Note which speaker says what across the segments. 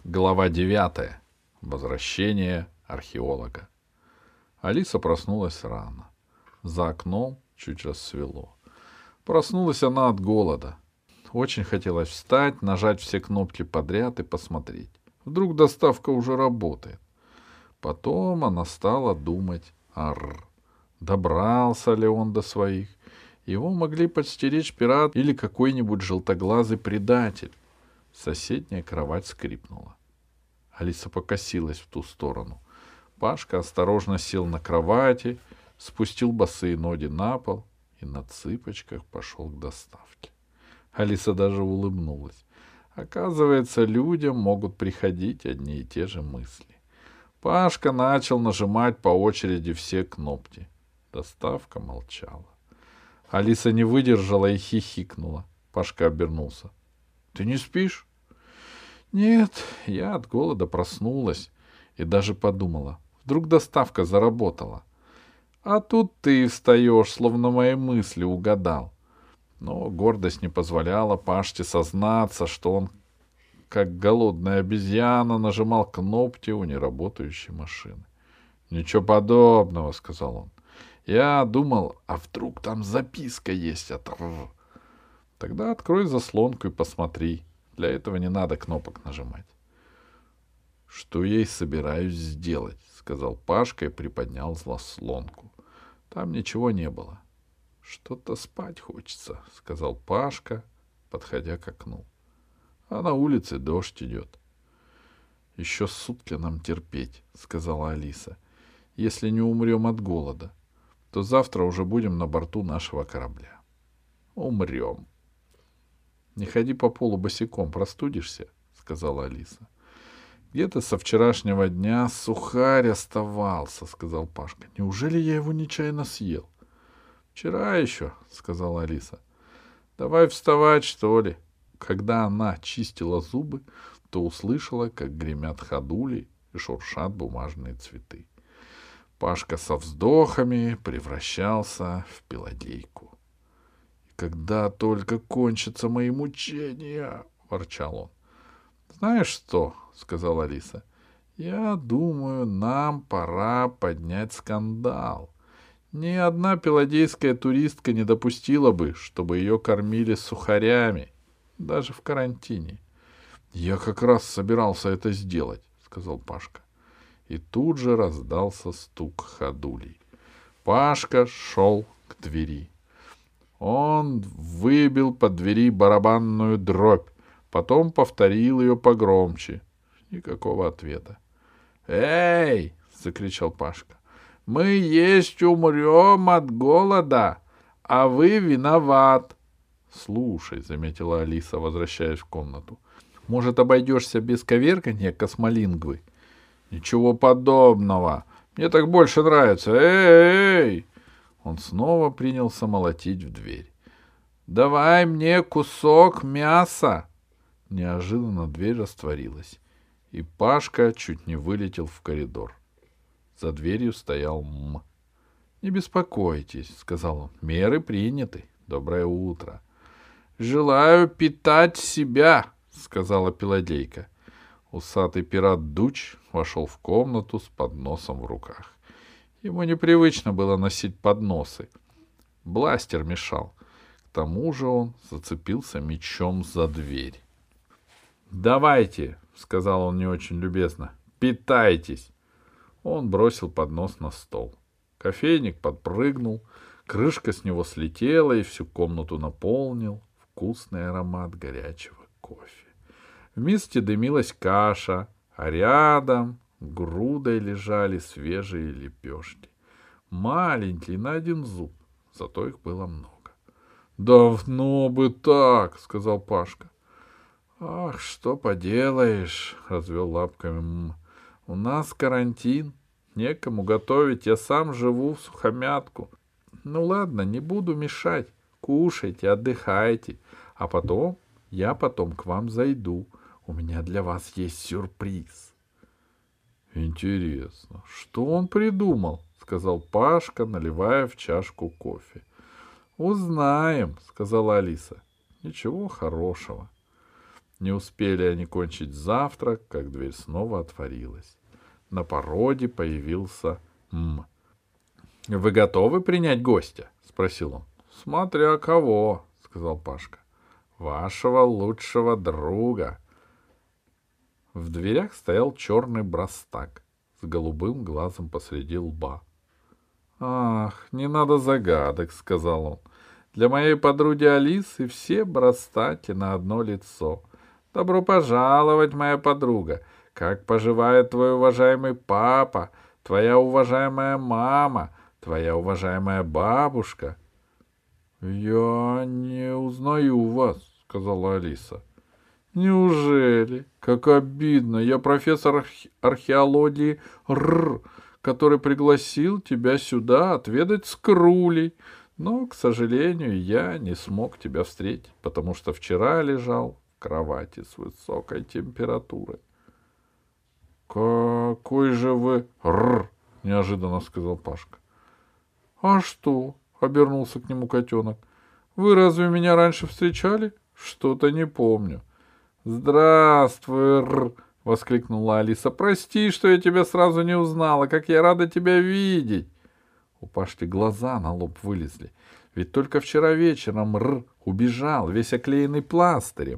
Speaker 1: Глава 9. Возвращение археолога. Алиса проснулась рано. За окном чуть рассвело. Проснулась она от голода. Очень хотелось встать, нажать все кнопки подряд и посмотреть. Вдруг доставка уже работает. Потом она стала думать, добрался ли он до своих. Его могли подстеречь пират или какой-нибудь желтоглазый предатель. Соседняя кровать скрипнула. Алиса покосилась в ту сторону. Пашка осторожно сел на кровати, спустил босые ноги на пол и на цыпочках пошел к доставке. Алиса даже улыбнулась. Оказывается, людям могут приходить одни и те же мысли. Пашка начал нажимать по очереди все кнопки. Доставка молчала. Алиса не выдержала и хихикнула. Пашка обернулся. — Ты не спишь? — Нет, я от голода проснулась и даже подумала. Вдруг доставка заработала. А тут ты встаешь, словно мои мысли угадал. Но гордость не позволяла Пашке сознаться, что он, как голодная обезьяна, нажимал кнопки у неработающей машины. — Ничего подобного, — сказал он. — Я думал, а вдруг там записка есть от Р. Тогда открой заслонку и посмотри. Для этого не надо кнопок нажимать. — Что я и собираюсь сделать, — сказал Пашка и приподнял заслонку. Там ничего не было. — Что-то спать хочется, — сказал Пашка, подходя к окну. — А на улице дождь идет. — Еще сутки нам терпеть, — сказала Алиса. — Если не умрем от голода, то завтра уже будем на борту нашего корабля. — Умрем. — Не ходи по полу босиком, простудишься, — сказала Алиса. — Где-то со вчерашнего дня сухарь оставался, — сказал Пашка. — Неужели я его нечаянно съел? — Вчера еще, — сказала Алиса. — Давай вставать, что ли? Когда она чистила зубы, то услышала, как гремят ходули и шуршат бумажные цветы. Пашка со вздохами превращался в пилотейку. — Когда только кончатся мои мучения, — ворчал он. — Знаешь что, — сказала Алиса, — я думаю, нам пора поднять скандал. Ни одна пелагейская туристка не допустила бы, чтобы ее кормили сухарями, даже в карантине. — Я как раз собирался это сделать, — сказал Пашка. И тут же раздался стук ходулей. Пашка шел к двери. Он выбил под двери барабанную дробь, потом повторил ее погромче. Никакого ответа. «Эй!» — закричал Пашка. «Мы есть умрем от голода, а вы виноват!» «Слушай», — заметила Алиса, возвращаясь в комнату, — «может, обойдешься без коверканья космолингвы?» «Ничего подобного! Мне так больше нравится! Эй!» Он снова принялся молотить в дверь. «Давай мне кусок мяса!» Неожиданно дверь растворилась, и Пашка чуть не вылетел в коридор. За дверью стоял М. «Не беспокойтесь», — сказал он, — «меры приняты. Доброе утро». «Желаю питать себя», — сказала пилотейка. Усатый пират Дуч вошел в комнату с подносом в руках. Ему непривычно было носить подносы. Бластер мешал. К тому же он зацепился мечом за дверь. «Давайте», — сказал он не очень любезно, — «питайтесь». Он бросил поднос на стол. Кофейник подпрыгнул, крышка с него слетела и всю комнату наполнил вкусный аромат горячего кофе. В миске дымилась каша, а рядом грудой лежали свежие лепешки. Маленькие, на один зуб, зато их было много. — Давно бы так, — сказал Пашка. — Ах, что поделаешь, — развел лапками М. — У нас карантин, некому готовить, я сам живу в сухомятку. Ну ладно, не буду мешать, кушайте, отдыхайте, а потом, я потом к вам зайду. У меня для вас есть сюрприз. — Интересно, что он придумал? — сказал Пашка, наливая в чашку кофе. — Узнаем, — сказала Алиса. — Ничего хорошего. Не успели они кончить завтрак, как дверь снова отворилась. На пороге появился М. — Вы готовы принять гостя? — спросил он. — Смотря кого, — сказал Пашка. — Вашего лучшего друга. В дверях стоял черный брастак с голубым глазом посреди лба. — Ах, не надо загадок, — сказал он. — Для моей подруги Алисы все брастаки на одно лицо. Добро пожаловать, моя подруга. Как поживает твой уважаемый папа, твоя уважаемая мама, твоя уважаемая бабушка? — Я не узнаю вас, — сказала Алиса. — Неужели? Как обидно. Я профессор археологии который пригласил тебя сюда отведать скрулей. Но, к сожалению, я не смог тебя встретить, потому что вчера лежал в кровати с высокой температурой. — Какой же вы неожиданно сказал Пашка. — А что? — обернулся к нему котенок. — Вы разве меня раньше встречали? Что-то не помню. — Здравствуй, — воскликнула Алиса. — Прости, что я тебя сразу не узнала. Как я рада тебя видеть. У Пашки глаза на лоб вылезли. Ведь только вчера вечером убежал, весь оклеенный пластырем.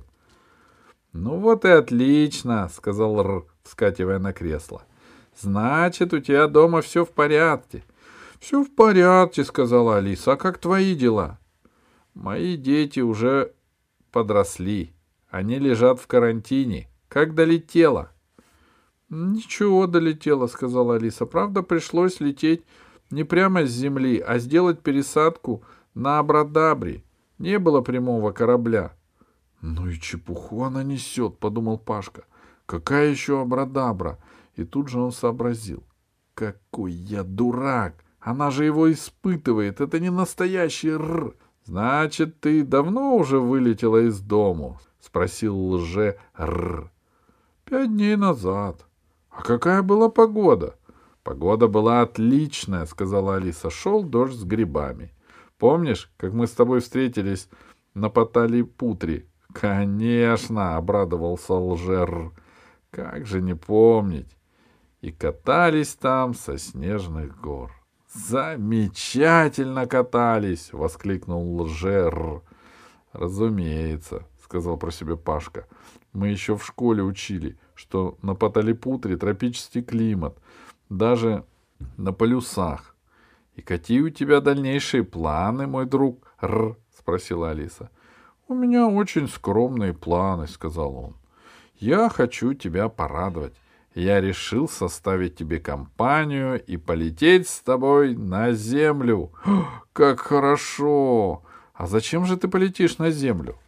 Speaker 1: — Ну вот и отлично, — сказал вскакивая на кресло. — Значит, у тебя дома все в порядке. — Все в порядке, — сказала Алиса. — А как твои дела? — Мои дети уже подросли. Они лежат в карантине. Как долетела? — Ничего долетела, — сказала Алиса. — Правда, пришлось лететь не прямо с земли, а сделать пересадку на Абракадабре. Не было прямого корабля. — Ну и чепуху она несет, — подумал Пашка. — Какая еще Абракадабра? И тут же он сообразил. Какой я дурак! Она же его испытывает. Это не настоящий р. — Значит, ты давно уже вылетела из дому? — спросил лже-р. — 5 дней назад. — А какая была погода? — Погода была отличная, — сказала Алиса. Шел дождь с грибами. Помнишь, как мы с тобой встретились на Паталипутре? — Конечно, — обрадовался лже-р. — Как же не помнить? И катались там со снежных гор. — Замечательно катались! — воскликнул лже-р. — Разумеется, — сказал про себя Пашка. — Мы еще в школе учили, что на Паталипутре тропический климат, даже на полюсах. — И какие у тебя дальнейшие планы, мой друг Р? — спросила Алиса. — У меня очень скромные планы, — сказал он. — Я хочу тебя порадовать. Я решил составить тебе компанию и полететь с тобой на Землю. — Как хорошо! А зачем же ты полетишь на Землю?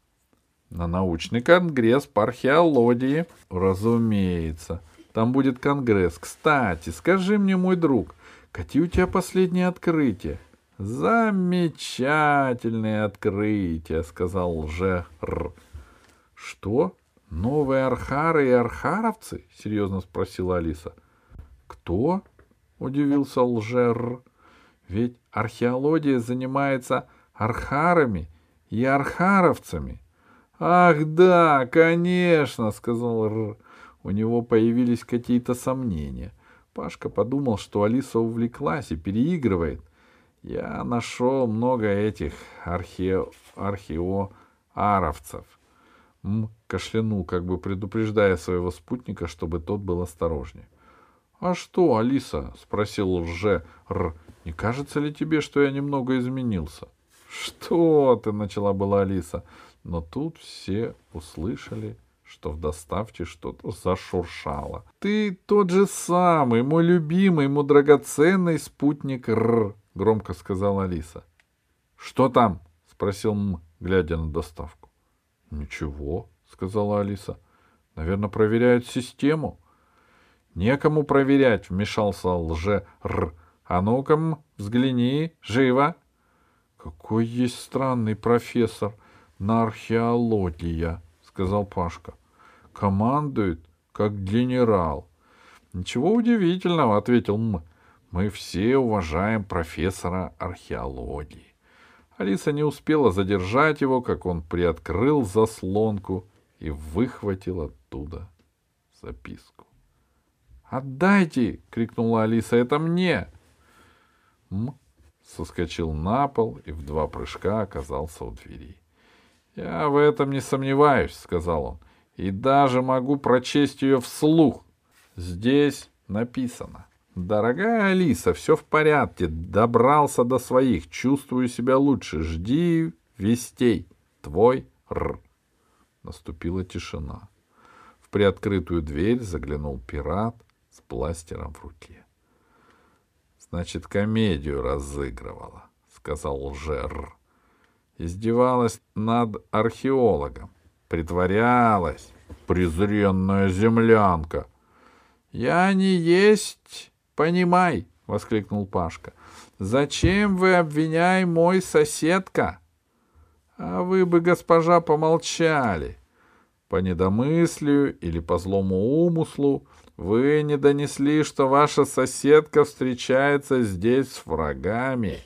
Speaker 1: — На научный конгресс по археологии. — Разумеется. Там будет конгресс. Кстати, скажи мне, мой друг, какие у тебя последние открытия? — Замечательные открытия, — сказал лже-р. — Что? Новые архары и архаровцы? — серьезно спросила Алиса. — Кто? — удивился лже-р. — Ведь археология занимается архарами и архаровцами. — Ах да, конечно, — сказал р. У него появились какие-то сомнения. Пашка подумал, что Алиса увлеклась и переигрывает. Я нашел много этих археоаровцев. Кашлянул, как бы предупреждая своего спутника, чтобы тот был осторожнее. — А что, Алиса? — спросил лже-р. — Не кажется ли тебе, что я немного изменился? — Что ты? — начала была Алиса. Но тут все услышали, что в доставке что-то зашуршало. — Ты тот же самый, мой любимый, мой драгоценный спутник Р, — громко сказала Алиса. — Что там? — спросил глядя на доставку. — Ничего, — сказала Алиса. — Наверное, проверяют систему. — Некому проверять, — вмешался лже-р. — А ну-ка, взгляни, живо. — Какой есть странный профессор на археология, — сказал Пашка. — Командует, как генерал. — Ничего удивительного, — ответил М. Мы все уважаем профессора археологии. Алиса не успела задержать его, как он приоткрыл заслонку, и выхватил оттуда записку. «Отдайте!» — крикнула Алиса. «Это мне!» Соскочил на пол и в 2 прыжка оказался у двери. «Я в этом не сомневаюсь», — сказал он, — «и даже могу прочесть ее вслух. Здесь написано: «Дорогая Алиса, все в порядке, добрался до своих, чувствую себя лучше, жди вестей. Твой Р». Наступила тишина. В приоткрытую дверь заглянул пират с бластером в руке. «Значит, комедию разыгрывала», — сказал лже-Р. «Издевалась над археологом, притворялась, презренная землянка». «Я не есть, понимай», — воскликнул Пашка. «Зачем вы обвиняй мой соседка? А вы бы, госпожа, помолчали. По недомыслию или по злому умыслу вы не донесли, что ваша соседка встречается здесь с врагами».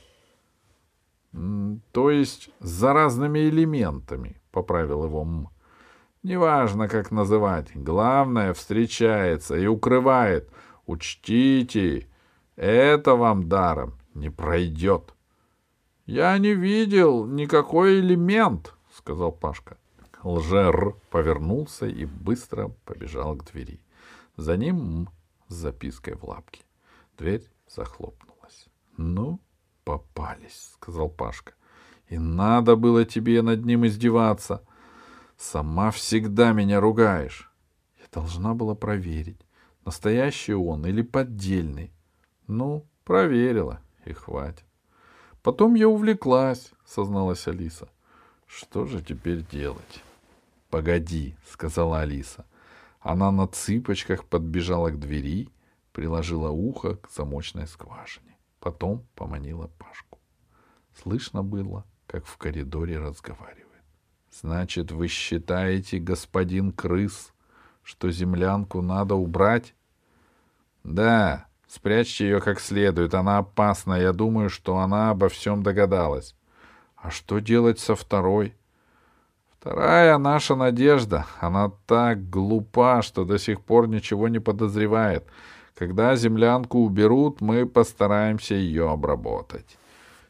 Speaker 1: «То есть с заразными элементами», — поправил его М. «Неважно, как называть. Главное, встречается и укрывает. Учтите, это вам даром не пройдет». «Я не видел никакой элемент», — сказал Пашка. Лже-Р повернулся и быстро побежал к двери. За ним М с запиской в лапке. Дверь захлопнулась. «Ну, попались», — сказал Пашка. «И надо было тебе над ним издеваться. Сама всегда меня ругаешь». Я должна была проверить, настоящий он или поддельный. Ну, проверила, и хватит. Потом я увлеклась, созналась Алиса. Что же теперь делать? «Погоди», — сказала Алиса. Она на цыпочках подбежала к двери, приложила ухо к замочной скважине. Потом поманила Пашку. Слышно было, как в коридоре разговаривают. «Значит, вы считаете, господин крыс, что землянку надо убрать?» «Да, спрячьте ее как следует, она опасна. Я думаю, что она обо всем догадалась». «А что делать со второй?» «Вторая наша надежда. Она так глупа, что до сих пор ничего не подозревает. Когда землянку уберут, мы постараемся ее обработать.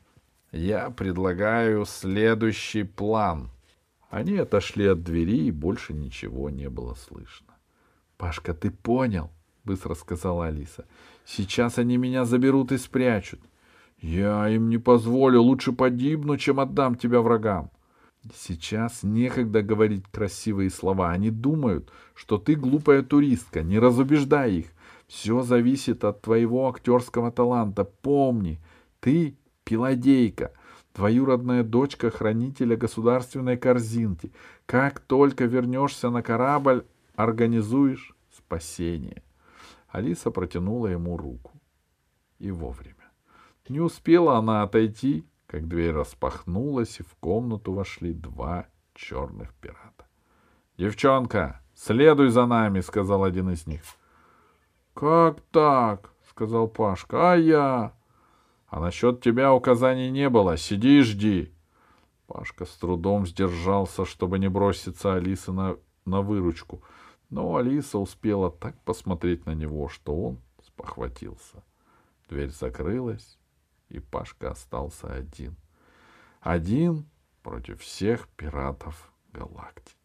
Speaker 1: Я предлагаю следующий план». Они отошли от двери, и больше ничего не было слышно. «Пашка, ты понял?» — быстро сказала Алиса. «Сейчас они меня заберут и спрячут». «Я им не позволю, лучше погибну, чем отдам тебя врагам». «Сейчас некогда говорить красивые слова. Они думают, что ты глупая туристка. Не разубеждай их. Все зависит от твоего актерского таланта. Помни, ты пилодейка, двоюродная дочка хранителя государственной корзинки. Как только вернешься на корабль, организуешь спасение». Алиса протянула ему руку. И вовремя. Не успела она отойти, как дверь распахнулась, и в комнату вошли 2 черных пирата. «Девчонка, следуй за нами», — сказал один из них. «Как так?» — сказал Пашка. «А я?» «А насчет тебя указаний не было. Сиди и жди». Пашка с трудом сдержался, чтобы не броситься Алисе на выручку. Но Алиса успела так посмотреть на него, что он спохватился. Дверь закрылась, и Пашка остался один. Один против всех пиратов галактики.